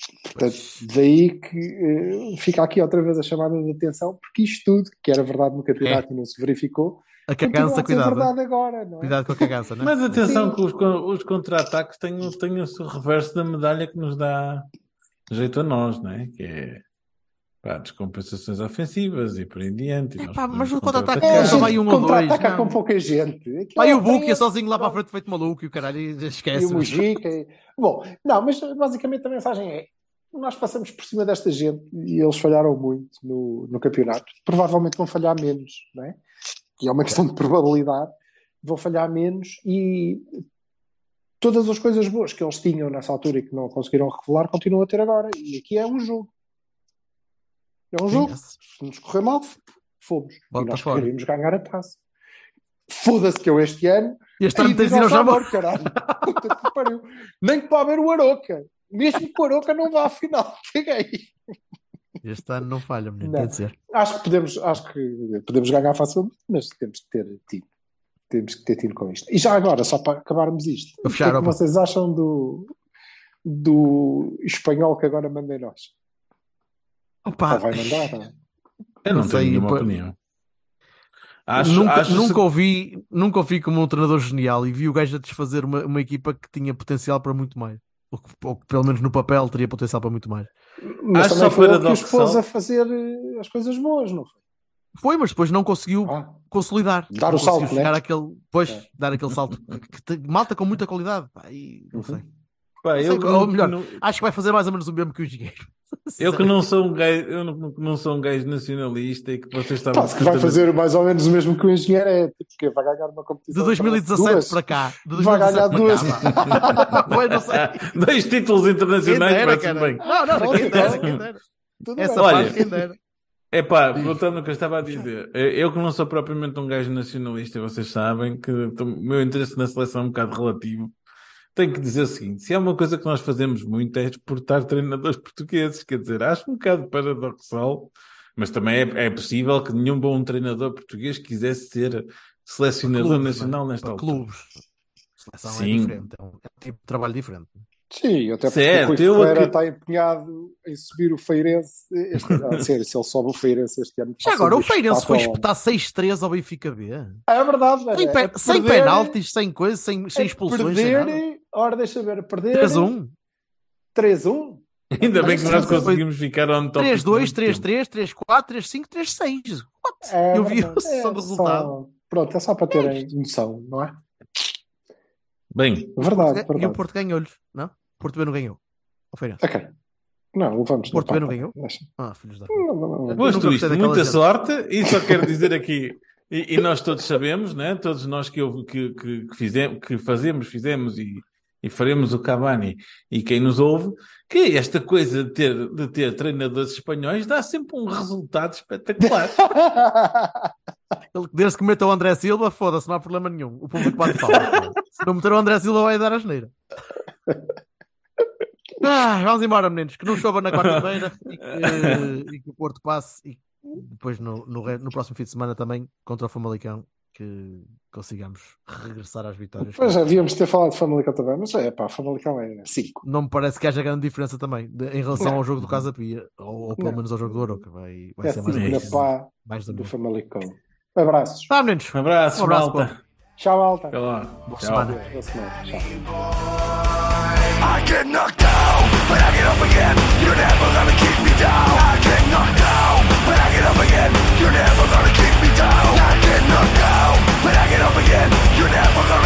Portanto, daí que fica aqui outra vez a chamada de atenção, porque isto tudo, que era verdade no campeonato e não se verificou, A continua cagança, a ser cuidado. verdade agora, não é? Cuidado com a cagança, não é? Mas atenção que os contra-ataques têm o seu reverso da medalha que nos dá jeito a nós, não é? Que é descompensações ofensivas e por aí em diante. E nós Mas podemos o contra-ataque contra-atacar. só vai um ou dois. Contra-ataca não. com pouca gente. Aquilo Vai o tem- Buque sozinho lá para a frente feito maluco e o caralho E esquece. o Mujica. Bom, não, mas basicamente a mensagem é: nós passamos por cima desta gente e eles falharam muito no campeonato. Provavelmente vão falhar menos, não é? Que é uma questão de probabilidade. Vão falhar menos e todas as coisas boas que eles tinham nessa altura e que não conseguiram revelar continuam a ter agora. E aqui é um jogo. É um jogo. Se nos correr mal, fomos. Bota e nós fora. queríamos ganhar a taça. Foda-se que eu este ano. Este ano Aí tens de diz ir ao ao Jamor. Jamor, caralho. Puta que pariu. Nem que para ver o Aroca. Mesmo que o Aroca não vá à final. Caguei. Este ano não falha, menino. Não. Tem de ser. Acho que podemos ganhar facilmente, mas temos que ter time. Temos que ter time com isto. E já agora, só para acabarmos isto, Para o que fechar, é que opa. vocês acham do espanhol que agora manda em nós? Opa, Ou vai mandar? Não é? Eu não Não tenho sei, nenhuma pá. opinião. Nunca o vi como um treinador genial e vi o gajo a desfazer uma equipa que tinha potencial para muito mais. Ou que pelo menos no papel teria potencial para muito mais. Mas Acho também só foi ele que os paradoxal. pôs a fazer as coisas boas, não foi? Foi, mas depois não conseguiu consolidar. Dar Não o salto, conseguiu chegar né? àquele, dar aquele salto. Malta com muita qualidade. Pá, e não sei. Pá, Sei, ou melhor, acho que vai fazer mais ou menos o mesmo que o engenheiro. eu que não sou um gajo, não sou um gajo nacionalista e que vocês estavam Pá, que vai fazer mais ou menos o mesmo que o engenheiro é, tipo, que vai ganhar uma De competição. 2017 duas. para cá. De Vai 2017 ganhar para duas. cá, pá. Pois, não sei. 2 títulos Quem internacionais, dera, parece cara. bem. Não, quem dera, quem dera. Tudo Essa bem. Olha, parte, quem dera. É pá, voltando ao que eu estava a dizer, eu que não sou propriamente um gajo nacionalista, vocês sabem que o meu interesse na seleção é um bocado relativo. Tenho que dizer o seguinte: se há uma coisa que nós fazemos muito é exportar treinadores portugueses, quer dizer, acho um bocado paradoxal, mas também é possível que nenhum bom treinador português quisesse ser selecionador Clubes, nacional não é? nesta Para altura. clubes. Seleção é Sim. diferente, é um tipo de trabalho diferente. Sim, até porque Certo, o Rui eu Ferreira acre- está empenhado em subir o Feirense este ano. A sério, se ele sobe o Feirense este ano. Já passa agora, o de Feirense foi espetáculo. espetar 6-3 ao Benfica B. É verdade, velho. Sem penaltis, sem coisas, sem expulsões, sem nada. Perder, ora, deixa ver, perder 3-1. 3-1. Ainda bem que nós Foi conseguimos ficar on top. 3-2, 3-3, 3-4, 3-5, 3-6. É Eu vi verdade. a sessão do só- resultado. Pronto, é só para terem noção, não é? Bem, Verdade, E o verdade. Porto ganhou-lhes, não? O Porto B não ganhou. O Feirense. Ok. Não, levamos. O Porto B não Pá, ganhou? deixa. Ah, filhos da... Não, não, não. Eu posto nunca isto, gostei daquela muita gente. sorte, e só quero dizer aqui, e nós todos sabemos, né? Todos nós que fizemos e faremos o Cavani e quem nos ouve, que esta coisa de ter treinadores espanhóis dá sempre um resultado espetacular. Desde que meta o André Silva, foda-se, não há problema nenhum. O público bate palmas. Se não meter o André Silva, vai dar a asneira. Vamos embora, meninos. Que não chova na quarta-feira e que o Porto passe e depois no próximo fim de semana também contra o Famalicão que consigamos regressar às vitórias. Pois já devíamos ter falado de Famalicão também, mas é pá, Famalicão é 5. Não me parece que haja grande diferença também em relação Não. ao jogo do Casa Pia ou pelo Não. menos ao jogo do Aroca. Vai É ser mais 5 na isso. pá mais do do mesmo. Famalicão. Abraços. Tá, meninos. Um abraço, Um abraço, malta. Tchau, Alta. Até lá. Boa Tchau. semana. Boa semana. Tchau. I get knocked down, but I get up again. You're never gonna keep me down. I get knocked down, but I get up again. You're never gonna keep me down. I get knocked down, but I get up again. You're never gonna